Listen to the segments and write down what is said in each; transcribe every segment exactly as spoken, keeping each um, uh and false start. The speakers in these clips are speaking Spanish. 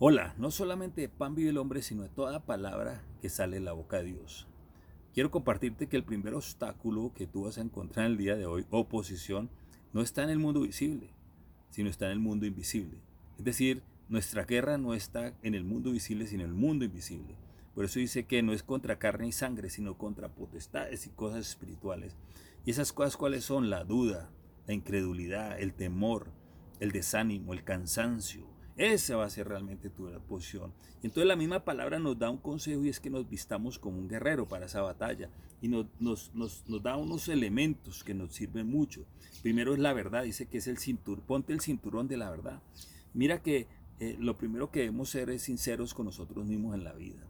Hola, no solamente de pan vive el hombre, sino de toda palabra que sale de la boca de Dios. Quiero compartirte que el primer obstáculo que tú vas a encontrar en el día de hoy, oposición, no está en el mundo visible, sino está en el mundo invisible. Es decir, nuestra guerra no está en el mundo visible, sino en el mundo invisible. Por eso dice que no es contra carne y sangre, sino contra potestades y cosas espirituales. ¿Y esas cosas cuáles son? La duda, la incredulidad, el temor, el desánimo, el cansancio. Esa va a ser realmente tu posición. Y entonces la misma palabra nos da un consejo y es que nos vistamos como un guerrero para esa batalla. Y nos, nos, nos, nos da unos elementos que nos sirven mucho. Primero es la verdad, dice que es el cinturón, ponte el cinturón de la verdad. Mira que eh, lo primero que debemos ser es sinceros con nosotros mismos en la vida.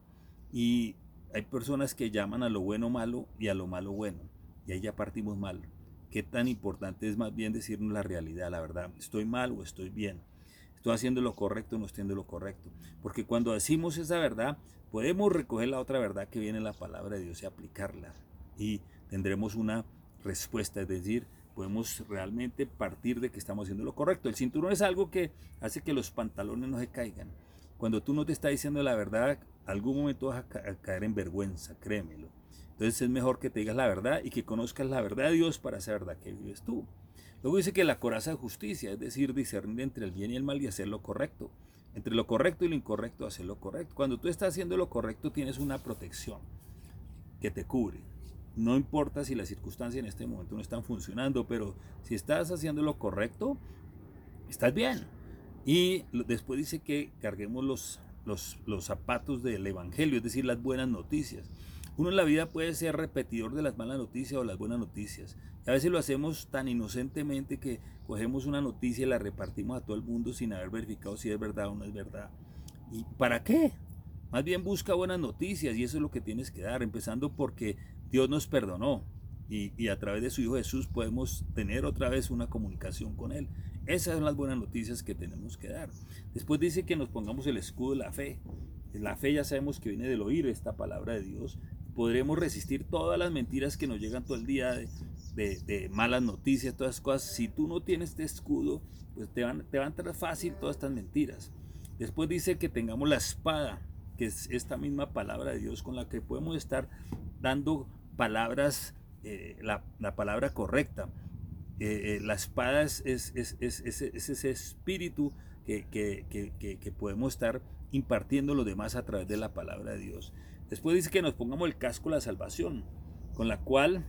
Y hay personas que llaman a lo bueno malo y a lo malo bueno. Y ahí ya partimos mal. Qué tan importante es más bien decirnos la realidad, la verdad. ¿Estoy mal o estoy bien? ¿Estoy haciendo lo correcto o no estoy haciendo lo correcto? Porque cuando decimos esa verdad, podemos recoger la otra verdad que viene en la palabra de Dios y aplicarla. Y tendremos una respuesta, es decir, podemos realmente partir de que estamos haciendo lo correcto. El cinturón es algo que hace que los pantalones no se caigan. Cuando tú no te estás diciendo la verdad, algún momento vas a, ca a caer en vergüenza, créemelo. Entonces es mejor que te digas la verdad y que conozcas la verdad de Dios para esa verdad que vives tú. Luego dice que la coraza de justicia, es decir, discernir entre el bien y el mal y hacer lo correcto. Entre lo correcto y lo incorrecto, hacer lo correcto. Cuando tú estás haciendo lo correcto, tienes una protección que te cubre. No importa si las circunstancias en este momento no están funcionando, pero si estás haciendo lo correcto, estás bien. Y después dice que carguemos los, los, los zapatos del evangelio, es decir, las buenas noticias. Uno en la vida puede ser repetidor de las malas noticias o las buenas noticias. Y a veces lo hacemos tan inocentemente que cogemos una noticia y la repartimos a todo el mundo sin haber verificado si es verdad o no es verdad. ¿Y para qué? Más bien busca buenas noticias y eso es lo que tienes que dar, empezando porque Dios nos perdonó y, y a través de su Hijo Jesús podemos tener otra vez una comunicación con Él. Esas son las buenas noticias que tenemos que dar. Después dice que nos pongamos el escudo de la fe. La fe ya sabemos que viene del oír esta palabra de Dios. Podremos resistir todas las mentiras que nos llegan todo el día de, de, de malas noticias, todas esas cosas. Si tú no tienes este escudo, pues te van, te van a entrar fácil todas estas mentiras. Después dice que tengamos la espada, que es esta misma palabra de Dios con la que podemos estar dando palabras, eh, la, la, palabra correcta. Eh, eh, la espada es, es, es, es, es ese espíritu que, que, que, que, que podemos estar impartiendo a los demás a través de la palabra de Dios. Después dice que nos pongamos el casco de la salvación, con la cual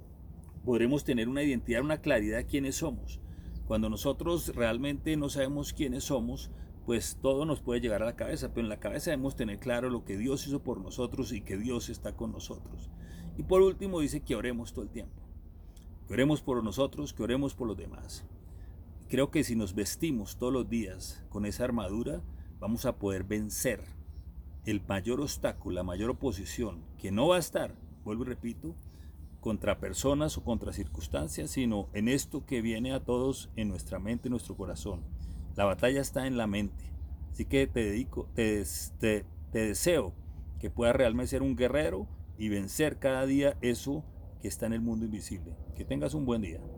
podremos tener una identidad, una claridad de quiénes somos. Cuando nosotros realmente no sabemos quiénes somos, pues todo nos puede llegar a la cabeza, pero en la cabeza debemos tener claro lo que Dios hizo por nosotros y que Dios está con nosotros. Y por último dice que oremos todo el tiempo, que oremos por nosotros, que oremos por los demás. Creo que si nos vestimos todos los días con esa armadura, vamos a poder vencer el mayor obstáculo, la mayor oposición, que no va a estar, vuelvo y repito, contra personas o contra circunstancias, sino en esto que viene a todos en nuestra mente, en nuestro corazón. La batalla está en la mente. Así que te dedico, te, te, te deseo que puedas realmente ser un guerrero y vencer cada día eso que está en el mundo invisible. Que tengas un buen día.